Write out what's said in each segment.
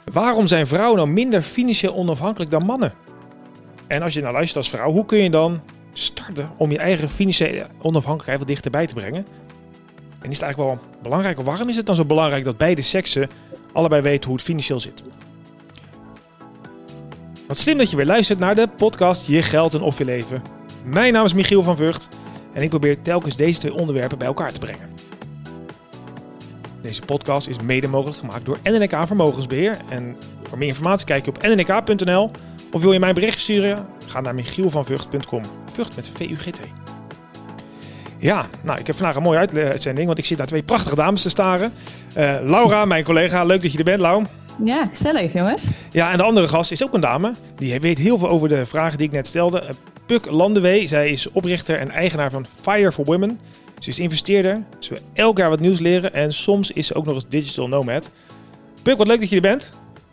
Waarom zijn vrouwen nou minder financieel onafhankelijk dan mannen? En als je nou luistert als vrouw, hoe kun je dan starten om je eigen financiële onafhankelijkheid wat dichterbij te brengen? En is het eigenlijk wel belangrijk, of waarom is het dan zo belangrijk dat beide seksen allebei weten hoe het financieel zit? Wat slim dat je weer luistert naar de podcast Je Geld en Of Je Leven. Mijn naam is Michiel van Vught en ik probeer telkens deze twee onderwerpen bij elkaar te brengen. Deze podcast is mede mogelijk gemaakt door NNK Vermogensbeheer. En voor meer informatie kijk je op nnk.nl of wil je mij een bericht sturen? Ga naar michielvanvught.com. Vught met V-U-G-T. Ja, nou, ik heb vandaag een mooie uitzending, want ik zit naar twee prachtige dames te staren. Laura, mijn collega, leuk dat je er bent, Lau. Ja, gezellig jongens. Ja, en de andere gast is ook een dame. Die weet heel veel over de vragen die ik net stelde. Puk Landewee, zij is oprichter en eigenaar van Fire for Women. Ze is investeerder, ze wil elk jaar wat nieuws leren en soms is ze ook nog eens digital nomad. Puk, wat leuk dat je er bent.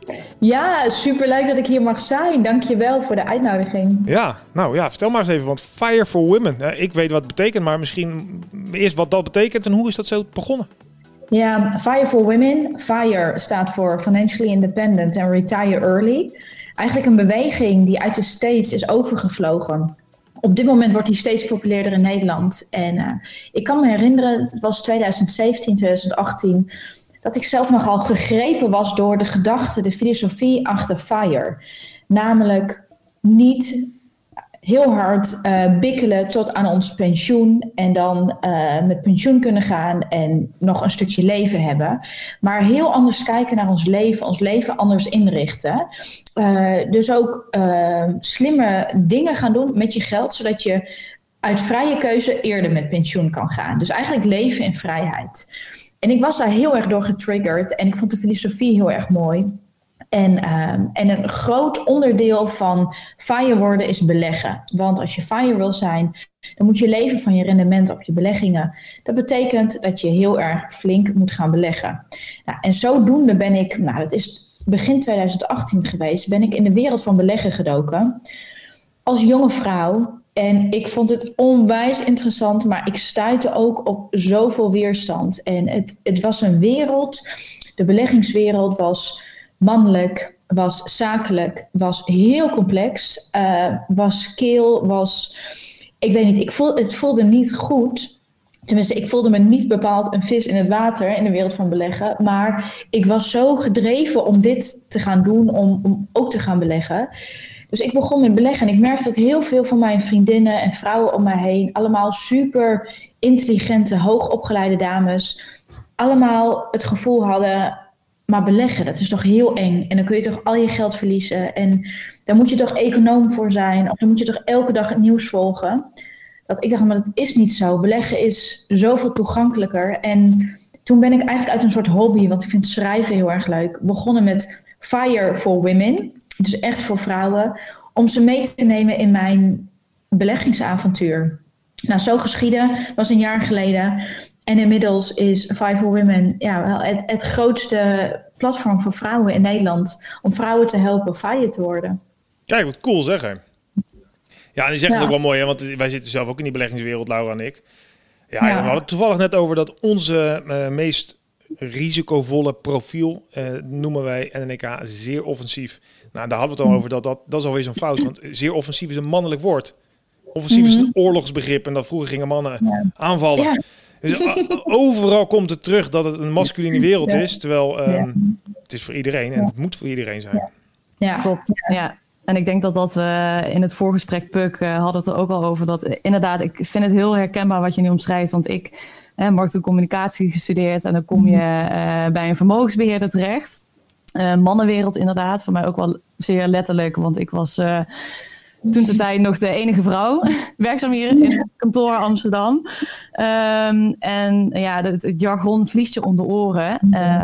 Ja, superleuk dat ik hier mag zijn. Dankjewel voor de uitnodiging. Ja, nou ja, vertel maar eens even, want Fire for Women. Ik weet wat het betekent, maar misschien eerst wat dat betekent en hoe is dat zo begonnen? Ja, Fire for Women. FIRE staat voor Financially Independent and Retire Early. Eigenlijk een beweging die uit de States is overgevlogen. Op dit moment wordt die steeds populairder in Nederland. En ik kan me herinneren, het was 2017, 2018... dat ik zelf nogal gegrepen was door de gedachte, de filosofie achter FIRE. Namelijk niet heel hard bikkelen tot aan ons pensioen en dan met pensioen kunnen gaan en nog een stukje leven hebben. Maar heel anders kijken naar ons leven anders inrichten. Dus ook slimme dingen gaan doen met je geld, zodat je uit vrije keuze eerder met pensioen kan gaan. Dus eigenlijk leven in vrijheid. En ik was daar heel erg door getriggerd en ik vond de filosofie heel erg mooi. En een groot onderdeel van FIRE worden is beleggen. Want als je FIRE wil zijn, dan moet je leven van je rendement op je beleggingen. Dat betekent dat je heel erg flink moet gaan beleggen. Nou, en zodoende ben ik, dat is begin 2018 geweest, ben ik in de wereld van beleggen gedoken. Als jonge vrouw. En ik vond het onwijs interessant, maar ik stuitte ook op zoveel weerstand. En het was een wereld, de beleggingswereld was mannelijk, was zakelijk, was heel complex, was skill, ik weet niet, het voelde niet goed. Tenminste, ik voelde me niet bepaald een vis in het water in de wereld van beleggen. Maar ik was zo gedreven om dit te gaan doen, om ook te gaan beleggen. Dus ik begon met beleggen en ik merkte dat heel veel van mijn vriendinnen en vrouwen om mij heen, allemaal super intelligente, hoogopgeleide dames, allemaal het gevoel hadden, maar beleggen, dat is toch heel eng. En dan kun je toch al je geld verliezen en daar moet je toch econoom voor zijn of dan moet je toch elke dag het nieuws volgen. Dat ik dacht, maar dat is niet zo. Beleggen is zoveel toegankelijker. En toen ben ik eigenlijk uit een soort hobby, want ik vind schrijven heel erg leuk, begonnen met Fire for Women. Dus echt voor vrouwen, om ze mee te nemen in mijn beleggingsavontuur. Nou, zo geschieden, was een jaar geleden. En inmiddels is Fire for Women het grootste platform voor vrouwen in Nederland. Om vrouwen te helpen FIRE te worden. Kijk, wat cool zeg hè. Ja, en die zegt het ook wel mooi, hè, want wij zitten zelf ook in die beleggingswereld, Laura en ik. Ja. We hadden het toevallig net over dat onze meest risicovolle profiel noemen wij NNK zeer offensief. Nou, daar hadden we het al over, dat is alweer zo'n fout. Want zeer offensief is een mannelijk woord. Offensief is een oorlogsbegrip en dat vroeger gingen mannen aanvallen. Ja. Dus overal komt het terug dat het een masculine wereld is. Terwijl het is voor iedereen en het moet voor iedereen zijn. Ja, klopt. Ja. En ik denk dat we in het voorgesprek, Puk, hadden het er ook al over. Dat inderdaad, ik vind het heel herkenbaar wat je nu omschrijft. Want ik marketing en communicatie gestudeerd en dan kom je bij een vermogensbeheerder terecht. Mannenwereld inderdaad, voor mij ook wel zeer letterlijk. Want ik was toen de tijd nog de enige vrouw werkzaam hier in het kantoor Amsterdam. Het jargon vliegt je om de oren.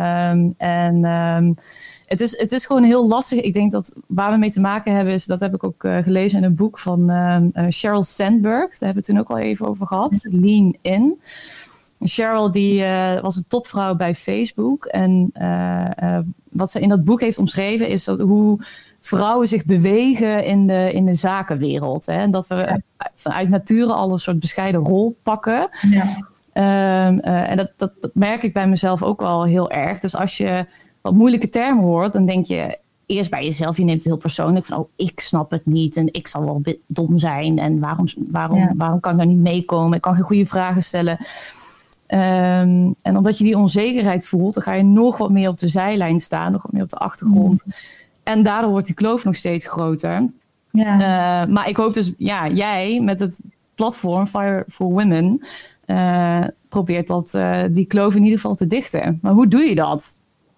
Het is gewoon heel lastig. Ik denk dat waar we mee te maken hebben is, dat heb ik ook gelezen in een boek van Sheryl Sandberg. Daar hebben we het toen ook al even over gehad. Lean In. Sheryl die was een topvrouw bij Facebook. En wat ze in dat boek heeft omschreven is hoe vrouwen zich bewegen in de zakenwereld. Hè? En dat we vanuit nature al een soort bescheiden rol pakken. Ja. En dat merk ik bij mezelf ook wel heel erg. Dus als je wat moeilijke termen hoort, dan denk je eerst bij jezelf, je neemt het heel persoonlijk van, ik snap het niet en ik zal wel dom zijn en waarom kan ik nou niet meekomen? Ik kan geen goede vragen stellen. En omdat je die onzekerheid voelt, dan ga je nog wat meer op de zijlijn staan, nog wat meer op de achtergrond. En daardoor wordt die kloof nog steeds groter. Ja. Maar ik hoop dus, jij met het platform Fire for Women probeert die kloof in ieder geval te dichten. Maar hoe doe je dat?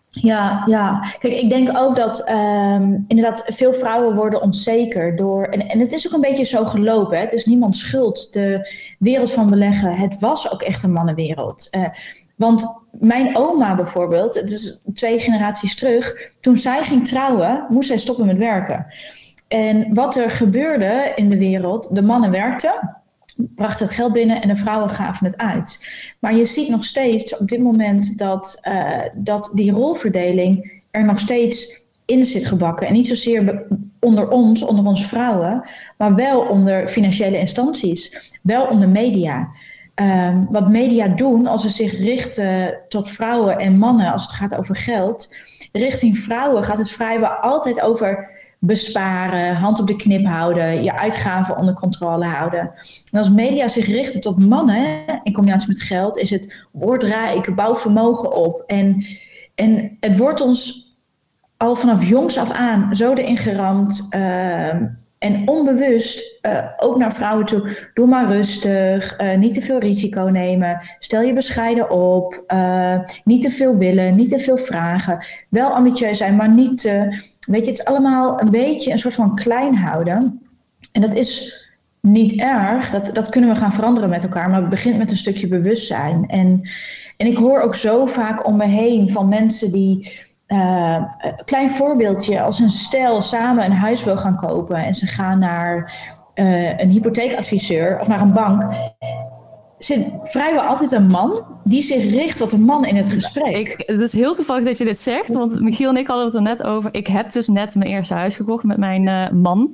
Ja. Kijk, ik denk ook dat inderdaad veel vrouwen worden onzeker door... En het is ook een beetje zo gelopen. Hè? Het is niemands schuld. De wereld van beleggen, het was ook echt een mannenwereld. Want mijn oma bijvoorbeeld, het is 2 generaties terug... toen zij ging trouwen, moest zij stoppen met werken. En wat er gebeurde in de wereld, de mannen werkten... brachten het geld binnen en de vrouwen gaven het uit. Maar je ziet nog steeds op dit moment dat die rolverdeling er nog steeds in zit gebakken. En niet zozeer onder ons vrouwen, maar wel onder financiële instanties. Wel onder media. Wat media doen als ze zich richten tot vrouwen en mannen als het gaat over geld. Richting vrouwen gaat het vrijwel altijd over... besparen, hand op de knip houden, je uitgaven onder controle houden. En als media zich richten tot mannen, in combinatie met geld, is het word rijk, bouw vermogen op. En het wordt ons al vanaf jongs af aan zo erin geramd en onbewust ook naar vrouwen toe. Doe maar rustig, niet te veel risico nemen, stel je bescheiden op, niet te veel willen, niet te veel vragen. Wel ambitieus zijn, maar niet te... Weet je, het is allemaal een beetje een soort van klein houden. En dat is niet erg, dat kunnen we gaan veranderen met elkaar, maar het begint met een stukje bewustzijn. En ik hoor ook zo vaak om me heen van mensen die... klein voorbeeldje, als een stel samen een huis wil gaan kopen en ze gaan naar een hypotheekadviseur of naar een bank, zit vrijwel altijd een man die zich richt tot een man in het gesprek. Het is heel toevallig dat je dit zegt, want Michiel en ik hadden het er net over. Ik heb dus net mijn eerste huis gekocht met mijn man.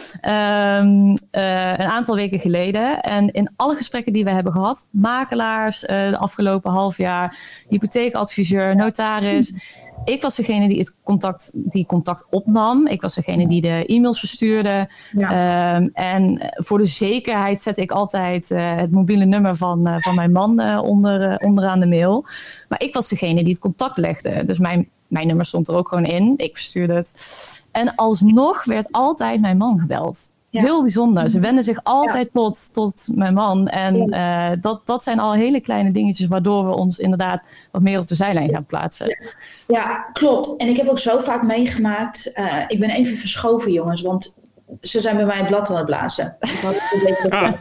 Een aantal weken geleden. En in alle gesprekken die we hebben gehad, makelaars, de afgelopen half jaar, hypotheekadviseur, notaris... Ik was degene die contact opnam. Ik was degene die de e-mails verstuurde. Ja. En voor de zekerheid zette ik altijd het mobiele nummer van mijn man onderaan de mail. Maar ik was degene die het contact legde. Dus mijn nummer stond er ook gewoon in. Ik verstuurde het. En alsnog werd altijd mijn man gebeld. Ja. Heel bijzonder. Ze wenden zich altijd tot mijn man. En dat zijn al hele kleine dingetjes waardoor we ons inderdaad wat meer op de zijlijn gaan plaatsen. Ja, klopt. En ik heb ook zo vaak meegemaakt. Ik ben even verschoven, jongens, want ze zijn bij mij het blad aan het blazen. Ik had het een beetje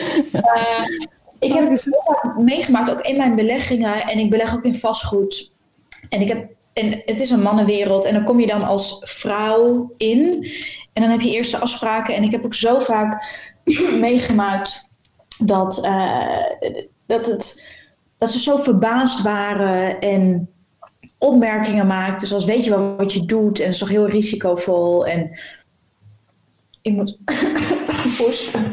ik heb het zo vaak meegemaakt, ook in mijn beleggingen. En ik beleg ook in vastgoed. En het is een mannenwereld. En dan kom je dan als vrouw in. En dan heb je eerste afspraken. En ik heb ook zo vaak meegemaakt dat ze zo verbaasd waren en opmerkingen maakten. Zoals, weet je wel wat je doet? En het is toch heel risicovol. En ik moet posten.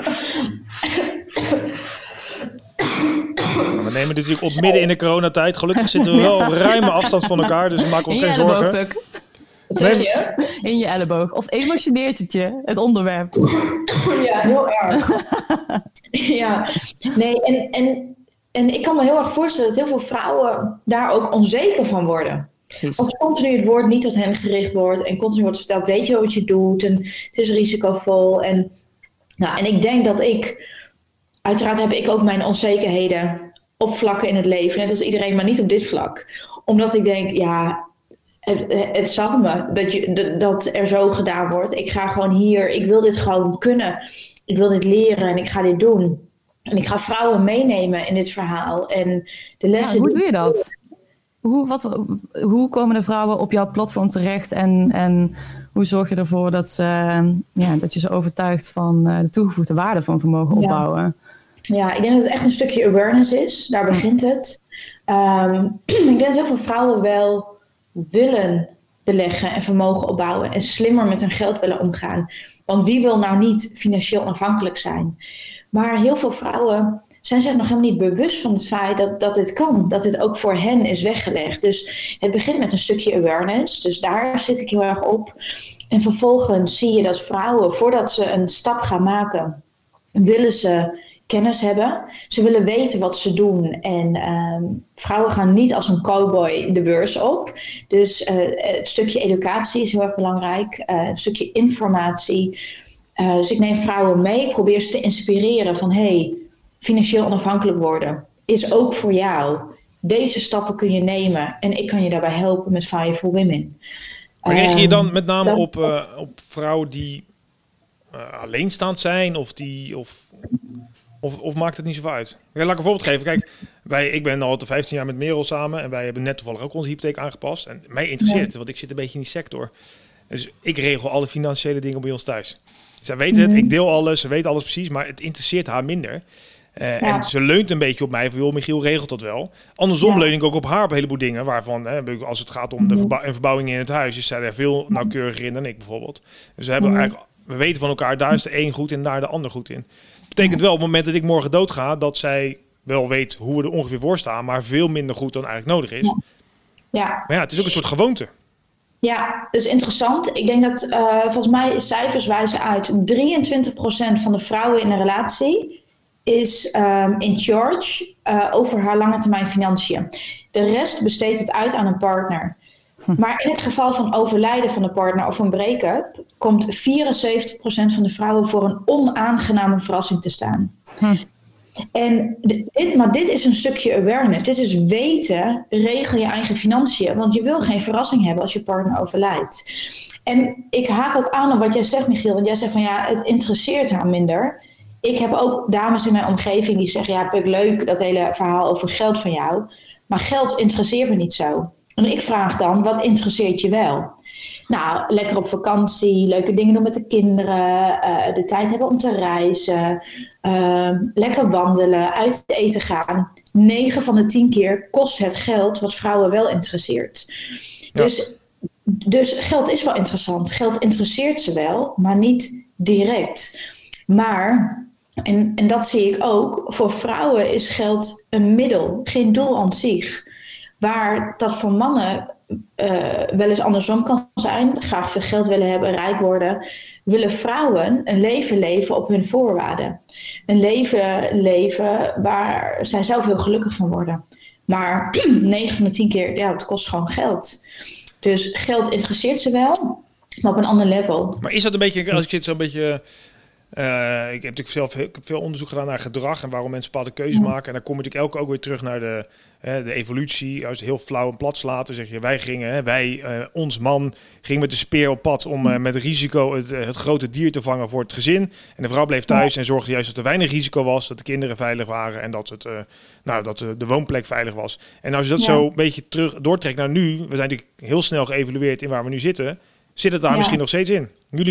We nemen dit natuurlijk op midden in de coronatijd. Gelukkig zitten we wel op ruime afstand van elkaar. Dus we maken ons geen zorgen. Wat zeg je? In je elleboog. Of emotioneert het je, het onderwerp? Ja, heel erg. Ja, nee, en ik kan me heel erg voorstellen dat heel veel vrouwen daar ook onzeker van worden. Precies. Als continu het woord niet tot hen gericht wordt en continu wordt verteld, weet je wel wat je doet en het is risicovol. En ik denk dat uiteraard heb ik ook mijn onzekerheden op vlakken in het leven, net als iedereen, maar niet op dit vlak. Omdat ik denk, het zal me dat er zo gedaan wordt. Ik ga gewoon hier, ik wil dit gewoon kunnen. Ik wil dit leren en ik ga dit doen. En ik ga vrouwen meenemen in dit verhaal. En de lessen. Hoe doe je dat? Hoe komen de vrouwen op jouw platform terecht? En hoe zorg je ervoor dat je ze overtuigt van de toegevoegde waarde van vermogen opbouwen? Ja, ik denk dat het echt een stukje awareness is. Daar begint het. Ik denk dat heel veel vrouwen wel willen beleggen en vermogen opbouwen en slimmer met hun geld willen omgaan. Want wie wil nou niet financieel onafhankelijk zijn? Maar heel veel vrouwen zijn zich nog helemaal niet bewust van het feit dat dit kan. Dat dit ook voor hen is weggelegd. Dus het begint met een stukje awareness. Dus daar zit ik heel erg op. En vervolgens zie je dat vrouwen, voordat ze een stap gaan maken, willen ze kennis hebben. Ze willen weten wat ze doen. En vrouwen gaan niet als een cowboy de beurs op. Dus het stukje educatie is heel erg belangrijk. Een stukje informatie. Dus ik neem vrouwen mee. Probeer ze te inspireren van... financieel onafhankelijk worden is ook voor jou. Deze stappen kun je nemen. En ik kan je daarbij helpen met Fire for Women. Maar richt je je dan met name op vrouwen die alleenstaand zijn? Of maakt het niet zoveel uit? Laat ik een voorbeeld geven. Kijk, ik ben al 15 jaar met Merel samen. En wij hebben net toevallig ook onze hypotheek aangepast. En mij interesseert het, want ik zit een beetje in die sector. Dus ik regel alle financiële dingen bij ons thuis. Zij weet het, ik deel alles, ze weet alles precies. Maar het interesseert haar minder. En ze leunt een beetje op mij van, joh, Michiel regelt dat wel. Andersom leun ik ook op haar op een heleboel dingen. Waarvan, als het gaat om de verbouwing in het huis, is zij er veel nauwkeuriger in dan ik bijvoorbeeld. Dus we weten van elkaar, daar is de een goed in, daar de ander goed in. Dat betekent wel, op het moment dat ik morgen doodga, dat zij wel weet hoe we er ongeveer voor staan, maar veel minder goed dan eigenlijk nodig is. Ja. Maar het is ook een soort gewoonte. Ja, dat is interessant. Ik denk dat, volgens mij, cijfers wijzen uit, 23% van de vrouwen in een relatie is in charge over haar lange termijn financiën. De rest besteedt het uit aan een partner. Maar in het geval van overlijden van de partner of een break-up, komt 74% van de vrouwen voor een onaangename verrassing te staan. En dit is een stukje awareness. Dit is weten, regel je eigen financiën. Want je wil geen verrassing hebben als je partner overlijdt. En ik haak ook aan op wat jij zegt, Michiel. Want jij zegt van het interesseert haar minder. Ik heb ook dames in mijn omgeving die zeggen, Puk, leuk dat hele verhaal over geld van jou. Maar geld interesseert me niet zo. En ik vraag dan, wat interesseert je wel? Nou, lekker op vakantie, leuke dingen doen met de kinderen, de tijd hebben om te reizen, lekker wandelen, uit eten gaan. 9 van de 10 keer kost het geld wat vrouwen wel interesseert. Ja. Dus geld is wel interessant. Geld interesseert ze wel, maar niet direct. Maar... En dat zie ik ook. Voor vrouwen is geld een middel, geen doel aan zich. Waar dat voor mannen wel eens andersom kan zijn. Graag veel geld willen hebben, rijk worden. Willen vrouwen een leven leven op hun voorwaarden. Een leven leven waar zij zelf heel gelukkig van worden. Maar 9 van de 10 keer, het kost gewoon geld. Dus geld interesseert ze wel, maar op een ander level. Maar is dat een beetje, als ik zit zo'n beetje... ik heb natuurlijk veel onderzoek gedaan naar gedrag en waarom mensen bepaalde keuzes maken. En dan kom ik natuurlijk ook weer terug naar de evolutie. Als je het heel flauw en plat slaat, dan zeg je, ons man ging met de speer op pad om met risico het grote dier te vangen voor het gezin. En de vrouw bleef thuis en zorgde juist dat er weinig risico was, dat de kinderen veilig waren en dat de woonplek veilig was. En als je dat zo een beetje terug doortrekt naar nu, we zijn natuurlijk heel snel geëvalueerd in waar we nu zitten. Zit het daar misschien nog steeds in?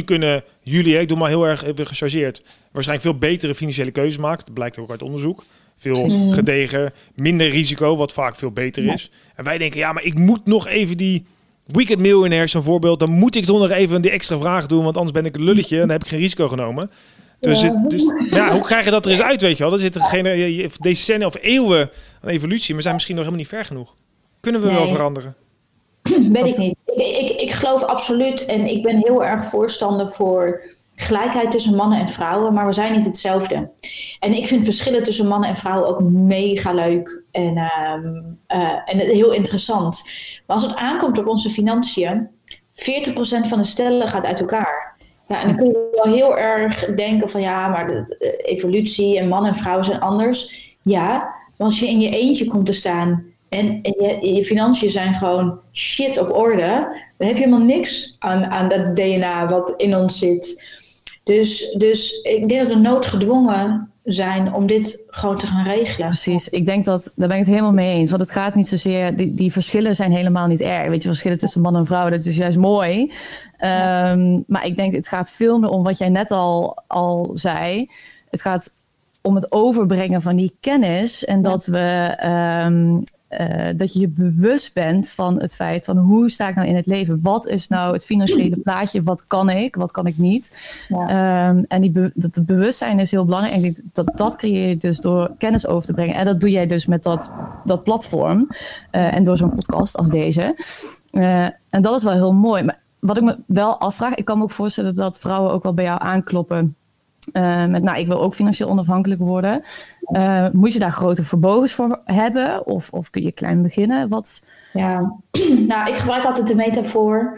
Ik doe maar heel erg even gechargeerd, waarschijnlijk veel betere financiële keuzes maken. Dat blijkt ook uit onderzoek. Veel gedegen, minder risico, wat vaak veel beter is. En wij denken, maar ik moet nog even die Weekend Millionaires, zo'n voorbeeld, dan moet ik toch nog even die extra vraag doen, want anders ben ik een lulletje en dan heb ik geen risico genomen. Dus hoe krijg je dat er eens uit, weet je wel? Er zitten geen decennia of eeuwen aan evolutie, maar we zijn misschien nog helemaal niet ver genoeg. Kunnen we wel veranderen? Weet ik niet. Ik geloof absoluut en ik ben heel erg voorstander voor gelijkheid tussen mannen en vrouwen, maar we zijn niet hetzelfde. En ik vind verschillen tussen mannen en vrouwen ook mega leuk en heel interessant. Maar als het aankomt op onze financiën, 40% van de stellen gaat uit elkaar. Ja, en dan kun je wel heel erg denken van maar de evolutie en mannen en vrouwen zijn anders. Ja, maar als je in je eentje komt te staan en je financiën zijn gewoon shit op orde, dan heb je helemaal niks aan dat DNA wat in ons zit. Dus ik denk dat we noodgedwongen zijn om dit gewoon te gaan regelen. Precies, ik denk daar ben ik het helemaal mee eens. Want het gaat niet zozeer, die verschillen zijn helemaal niet erg. Weet je, verschillen tussen man en vrouw, dat is juist mooi. Maar ik denk, het gaat veel meer om wat jij net al zei. Het gaat om het overbrengen van die kennis. En dat we dat je je bewust bent van het feit van hoe sta ik nou in het leven? Wat is nou het financiële plaatje? Wat kan ik niet? Ja. En dat bewustzijn is heel belangrijk. En ik denk dat creëer je dus door kennis over te brengen. En dat doe jij dus met dat platform en door zo'n podcast als deze. En dat is wel heel mooi. Maar wat ik me wel afvraag, ik kan me ook voorstellen dat vrouwen ook wel bij jou aankloppen. Ik wil ook financieel onafhankelijk worden. Moet je daar grote vermogens voor hebben? Of kun je klein beginnen? Ja, nou, ik gebruik altijd de metafoor.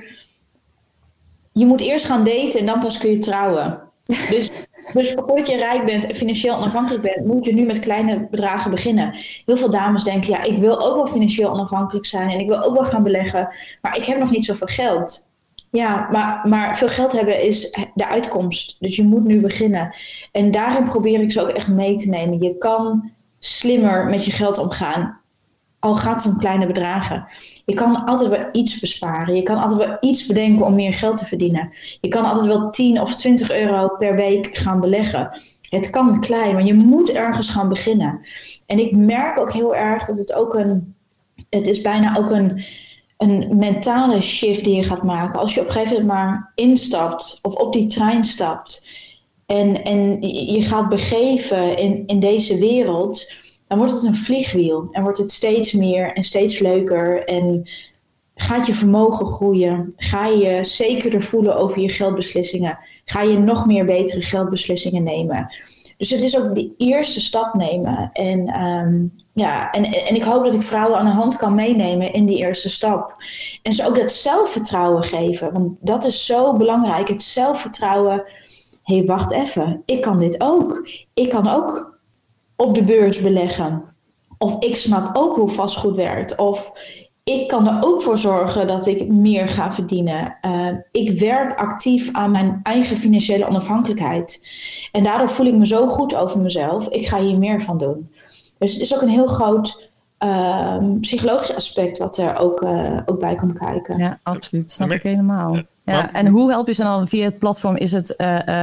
Je moet eerst gaan daten en dan pas kun je trouwen. Dus voordat je rijk bent en financieel onafhankelijk bent, moet je nu met kleine bedragen beginnen. Heel veel dames denken, ja, ik wil ook wel financieel onafhankelijk zijn en ik wil ook wel gaan beleggen, maar ik heb nog niet zoveel geld. Ja, maar veel geld hebben is de uitkomst. Dus je moet nu beginnen. En daarin probeer ik ze ook echt mee te nemen. Je kan slimmer met je geld omgaan. Al gaat het om kleine bedragen. Je kan altijd wel iets besparen. Je kan altijd wel iets bedenken om meer geld te verdienen. Je kan altijd wel 10 of 20 euro per week gaan beleggen. Het kan klein, maar je moet ergens gaan beginnen. En ik merk ook heel erg dat het is bijna ook een mentale shift die je gaat maken. Als je op een gegeven moment maar instapt of op die trein stapt en je gaat begeven in deze wereld, dan wordt het een vliegwiel en wordt het steeds meer en steeds leuker en gaat je vermogen groeien, ga je zekerder voelen over je geldbeslissingen, ga je nog meer betere geldbeslissingen nemen. Dus het is ook de eerste stap nemen. En ik hoop dat ik vrouwen aan de hand kan meenemen in die eerste stap. En ze ook dat zelfvertrouwen geven. Want dat is zo belangrijk. Het zelfvertrouwen. Hé, wacht even. Ik kan dit ook. Ik kan ook op de beurs beleggen. Of ik snap ook hoe vastgoed werkt. Of ik kan er ook voor zorgen dat ik meer ga verdienen. Ik werk actief aan mijn eigen financiële onafhankelijkheid. En daardoor voel ik me zo goed over mezelf. Ik ga hier meer van doen. Dus het is ook een heel groot psychologisch aspect wat er ook bij komt kijken. Ja, absoluut. Snap ik helemaal. Ja, en hoe help je ze dan via het platform? Is het,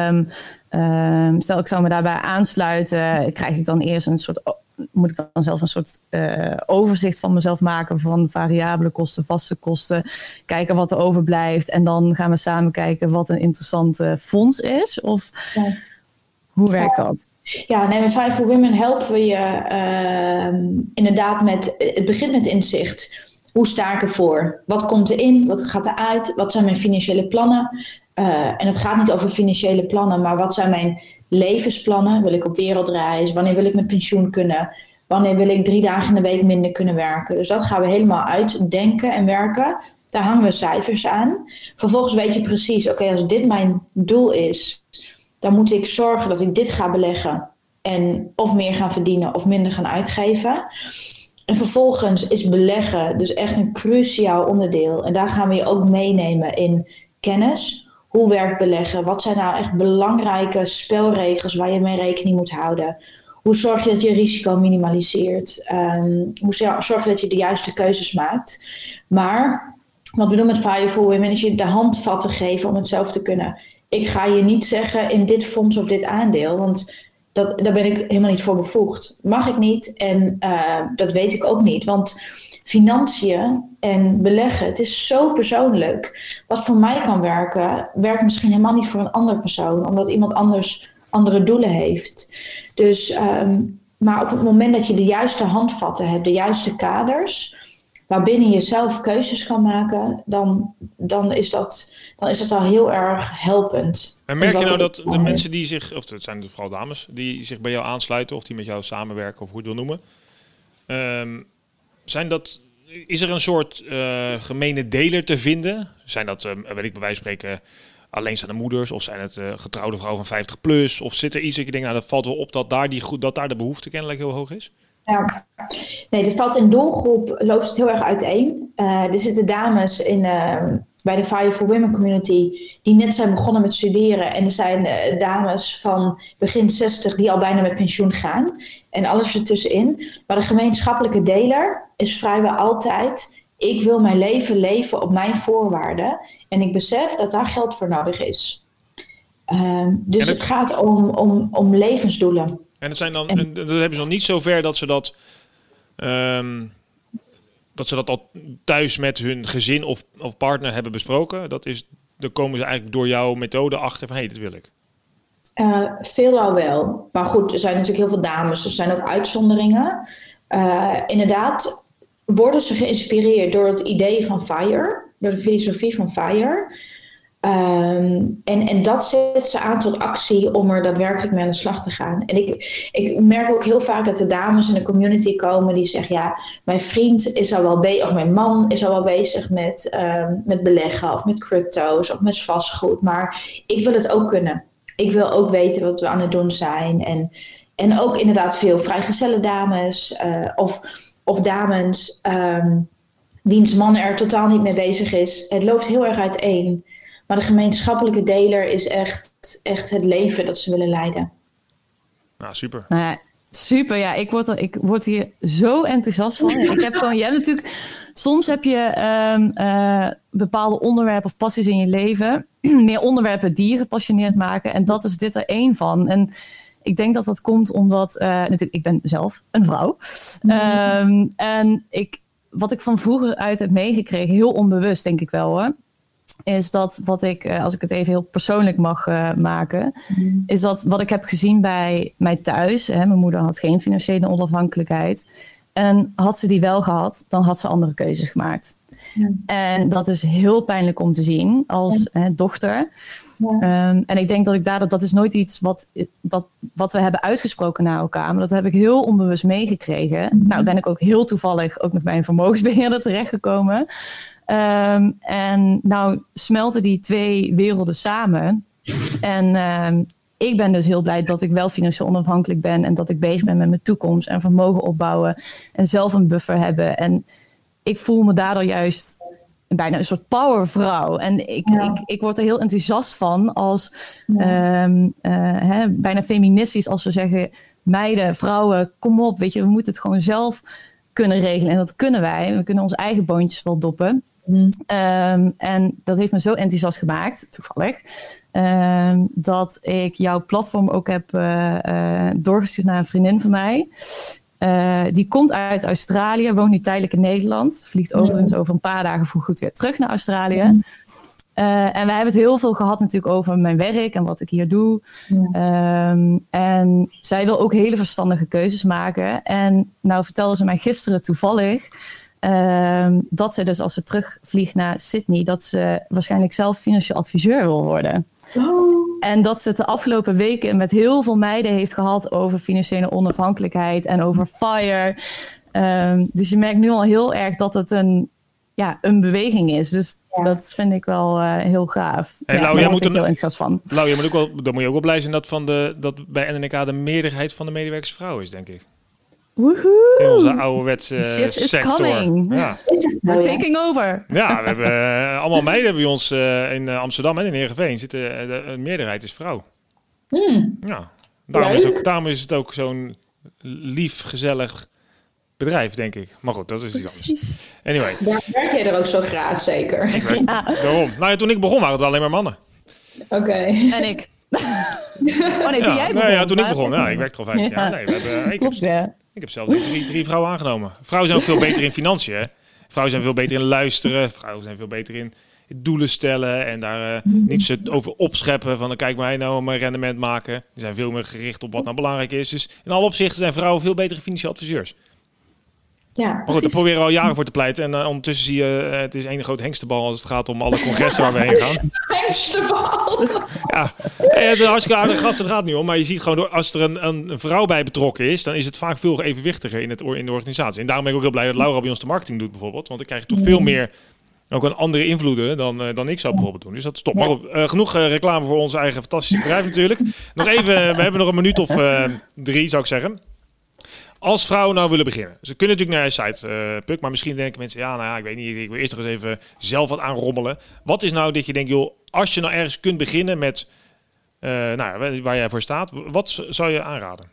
stel ik zou me daarbij aansluiten, krijg ik dan eerst moet ik dan zelf een soort overzicht van mezelf maken van variabele kosten, vaste kosten, kijken wat er overblijft en dan gaan we samen kijken wat een interessante fonds is? Of hoe werkt dat? Ja, met Fire for Women helpen we je inderdaad het begint met inzicht. Hoe sta ik ervoor? Wat komt erin? Wat gaat eruit? Wat zijn mijn financiële plannen? En het gaat niet over financiële plannen, maar wat zijn mijn levensplannen? Wil ik op wereldreis? Wanneer wil ik met pensioen kunnen? Wanneer wil ik 3 dagen in de week minder kunnen werken? Dus dat gaan we helemaal uitdenken en werken. Daar hangen we cijfers aan. Vervolgens weet je precies, oké, als dit mijn doel is, dan moet ik zorgen dat ik dit ga beleggen. En of meer gaan verdienen of minder gaan uitgeven. En vervolgens is beleggen dus echt een cruciaal onderdeel. En daar gaan we je ook meenemen in kennis. Hoe werkt beleggen? Wat zijn nou echt belangrijke spelregels waar je mee rekening moet houden? Hoe zorg je dat je risico minimaliseert? Hoe zorg je dat je de juiste keuzes maakt? Maar wat we doen met Fire for Women is je de handvatten geven om het zelf te kunnen. Ik ga je niet zeggen in dit fonds of dit aandeel, want daar ben ik helemaal niet voor bevoegd. Mag ik niet en dat weet ik ook niet. Want financiën en beleggen, het is zo persoonlijk. Wat voor mij kan werken, werkt misschien helemaal niet voor een andere persoon. Omdat iemand anders andere doelen heeft. Dus, maar op het moment dat je de juiste handvatten hebt, de juiste kaders, waarbinnen je zelf keuzes kan maken, dan is dat al heel erg helpend. En merk je nou dat de mensen die zich, of het zijn vooral dames, die zich bij jou aansluiten of die met jou samenwerken of hoe je het wil noemen, is er een soort gemene deler te vinden? Zijn dat, weet ik bij wijze van spreken, alleenstaande moeders of zijn het getrouwde vrouwen van 50 plus? Of zit er iets dat je denkt, nou dat valt wel op dat daar de behoefte kennelijk heel hoog is? Ja, nee, er valt in doelgroep, loopt het heel erg uiteen. Er zitten dames bij de Fire for Women community die net zijn begonnen met studeren. En er zijn dames van begin 60 die al bijna met pensioen gaan. En alles ertussenin. Maar de gemeenschappelijke deler is vrijwel altijd, ik wil mijn leven leven op mijn voorwaarden. En ik besef dat daar geld voor nodig is. Dus het gaat om levensdoelen. En dat zijn dan, dat hebben ze nog niet zo ver dat ze dat dat ze dat al thuis met hun gezin of partner hebben besproken? Dan komen ze eigenlijk door jouw methode achter van, dit wil ik. Veelal wel. Maar goed, er zijn natuurlijk heel veel dames. Er zijn ook uitzonderingen. Inderdaad, worden ze geïnspireerd door het idee van FIRE. Door de filosofie van FIRE. En dat zet ze aan tot actie om er daadwerkelijk mee aan de slag te gaan. En ik merk ook heel vaak dat de dames in de community komen die zeggen, ja, mijn vriend is al wel bezig, of mijn man is al wel bezig met beleggen of met crypto's of met vastgoed. Maar ik wil het ook kunnen. Ik wil ook weten wat we aan het doen zijn. En ook inderdaad veel vrijgezelle dames of dames wiens man er totaal niet mee bezig is. Het loopt heel erg uiteen. Maar de gemeenschappelijke deler is echt het leven dat ze willen leiden. Nou, super. Nou ja, super, ja. Ik word hier zo enthousiast van. Je hebt natuurlijk... Soms heb je bepaalde onderwerpen of passies in je leven. Meer onderwerpen die je gepassioneerd maken. En dat is dit er één van. En ik denk dat dat komt omdat... natuurlijk, ik ben zelf een vrouw. En wat ik van vroeger uit heb meegekregen, heel onbewust denk ik wel hoor, is dat wat ik, als ik het even heel persoonlijk mag maken, is dat wat ik heb gezien bij mij thuis. Mijn moeder had geen financiële onafhankelijkheid. En had ze die wel gehad, dan had ze andere keuzes gemaakt. Ja. En dat is heel pijnlijk om te zien als dochter. Ja. En ik denk dat ik dat is nooit iets wat we hebben uitgesproken naar elkaar. Maar dat heb ik heel onbewust meegekregen. Nou ben ik ook heel toevallig ook met mijn vermogensbeheerder terechtgekomen. En nou smelten die twee werelden samen. En ik ben dus heel blij dat ik wel financieel onafhankelijk ben. En dat ik bezig ben met mijn toekomst en vermogen opbouwen. En zelf een buffer hebben. En ik voel me daardoor juist bijna een soort powervrouw. En ik word er heel enthousiast van als bijna feministisch. Als we zeggen, meiden, vrouwen, kom op. Weet je, we moeten het gewoon zelf kunnen regelen. En dat kunnen wij. We kunnen onze eigen boontjes wel doppen. En dat heeft me zo enthousiast gemaakt, toevallig, dat ik jouw platform ook heb doorgestuurd naar een vriendin van mij. Die komt uit Australië, woont nu tijdelijk in Nederland. Vliegt overigens over een paar dagen voorgoed weer terug naar Australië. En wij hebben het heel veel gehad natuurlijk over mijn werk en wat ik hier doe. En zij wil ook hele verstandige keuzes maken. En nou vertelde ze mij gisteren toevallig dat ze dus als ze terugvliegt naar Sydney, dat ze waarschijnlijk zelf financieel adviseur wil worden. En dat ze het de afgelopen weken met heel veel meiden heeft gehad over financiële onafhankelijkheid en over FIRE. Dus je merkt nu al heel erg dat het een beweging is. Dus dat vind ik wel heel gaaf. Hey, Lau, jij moet er heel enthousiast van. Lau, dan moet je ook wel blij zijn dat bij NNK de meerderheid van de medewerkers vrouw is, denk ik. Woehoe! In onze ouderwetse shift is sector. Coming. Ja. We're taking over. Ja, we hebben allemaal meiden bij ons in Amsterdam en in Heerenveen. De meerderheid is vrouw. Ja, daarom is het ook zo'n lief, gezellig bedrijf, denk ik. Maar goed, dat is iets anders. Anyway. Daar werk jij er ook zo graag, zeker. Daarom. Nou ja, toen ik begon waren het alleen maar mannen. Oké. En ik. Toen jij begon. Toen ik begon. Ja, ik werkte al 15 jaar. Nee, ik heb zelf drie vrouwen aangenomen. Vrouwen zijn ook veel beter in financiën. Hè? Vrouwen zijn veel beter in luisteren. Vrouwen zijn veel beter in doelen stellen. En daar niet zo over opscheppen. Van dan kijk maar nou mijn rendement maken. Die zijn veel meer gericht op wat nou belangrijk is. Dus in alle opzichten zijn vrouwen veel betere financiële adviseurs. Ja, maar goed, daar proberen we al jaren voor te pleiten. En ondertussen zie je, het is één groot hengstebal als het gaat om alle congressen waar we heen gaan. Hengstebal! Ja, het is een hartstikke aardige gasten, gaat niet om. Maar je ziet gewoon, als er een vrouw bij betrokken is, dan is het vaak veel evenwichtiger in de organisatie. En daarom ben ik ook heel blij dat Laura bij ons de marketing doet bijvoorbeeld. Want dan krijg je toch veel meer, ook een andere invloeden dan ik zou bijvoorbeeld doen. Dus dat is top. Maar goed, genoeg reclame voor ons eigen fantastische bedrijf natuurlijk. Nog even, we hebben nog een minuut of 3 zou ik zeggen. Als vrouwen nou willen beginnen. Ze kunnen natuurlijk naar je site, Puk. Maar misschien denken mensen, ik weet niet. Ik wil eerst nog eens even zelf wat aanrommelen. Wat is nou dat je denkt, joh, als je nou ergens kunt beginnen met waar jij voor staat. Wat zou je aanraden?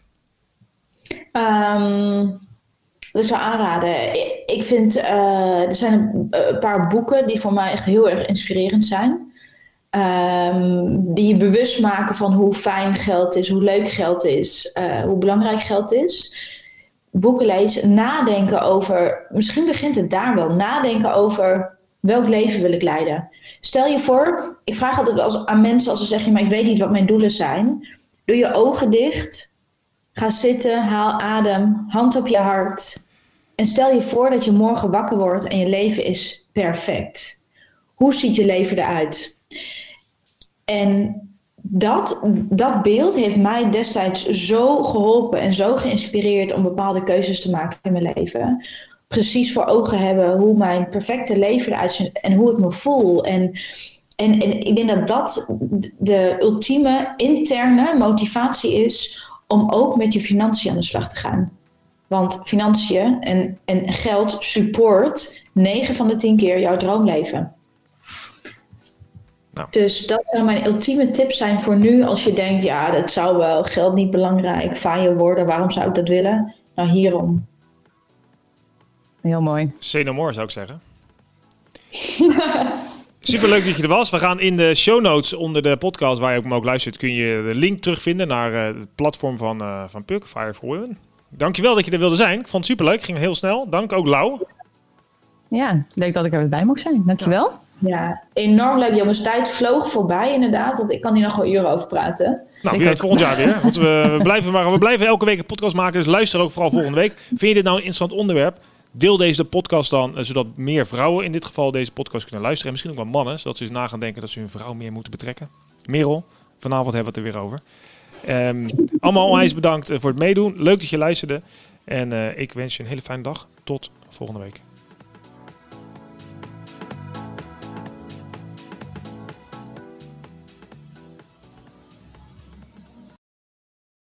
Wat ik zou aanraden? Ik vind, er zijn een paar boeken die voor mij echt heel erg inspirerend zijn. Die je bewust maken van hoe fijn geld is, hoe leuk geld is, hoe belangrijk geld is. boeken lees, nadenken over, misschien begint het daar wel, nadenken over welk leven wil ik leiden. Stel je voor, ik vraag altijd aan mensen als ze zeggen, maar ik weet niet wat mijn doelen zijn. Doe je ogen dicht, ga zitten, haal adem, hand op je hart. En stel je voor dat je morgen wakker wordt en je leven is perfect. Hoe ziet je leven eruit? En dat beeld heeft mij destijds zo geholpen en zo geïnspireerd om bepaalde keuzes te maken in mijn leven. Precies voor ogen hebben hoe mijn perfecte leven eruit ziet en hoe ik me voel. En ik denk dat de ultieme interne motivatie is om ook met je financiën aan de slag te gaan. Want financiën en geld support 9 van de 10 keer jouw droomleven. Nou. Dus dat zou mijn ultieme tip zijn voor nu. Als je denkt, ja, dat zou wel, geld niet belangrijk, faaie woorden, waarom zou ik dat willen? Nou, hierom. Heel mooi. Say no more, zou ik zeggen. Superleuk dat je er was. We gaan in de show notes onder de podcast, waar je ook luistert, kun je de link terugvinden naar het platform van Puk, Fire for Women. Dankjewel dat je er wilde zijn. Ik vond het superleuk. Ging heel snel. Dank ook Lau. Ja, leuk dat ik erbij mocht zijn. Dankjewel. Ja, enorm leuk jongens. Tijd vloog voorbij inderdaad. Want ik kan hier nog wel uren over praten. Nou, wie weet volgend jaar weer. Want we blijven elke week een podcast maken. Dus luister ook vooral volgende week. Vind je dit nou een interessant onderwerp? Deel deze podcast dan, zodat meer vrouwen in dit geval deze podcast kunnen luisteren. En misschien ook wel mannen, zodat ze eens na gaan denken dat ze hun vrouw meer moeten betrekken. Merel, vanavond hebben we het er weer over. Allemaal onwijs bedankt voor het meedoen. Leuk dat je luisterde. En ik wens je een hele fijne dag. Tot volgende week.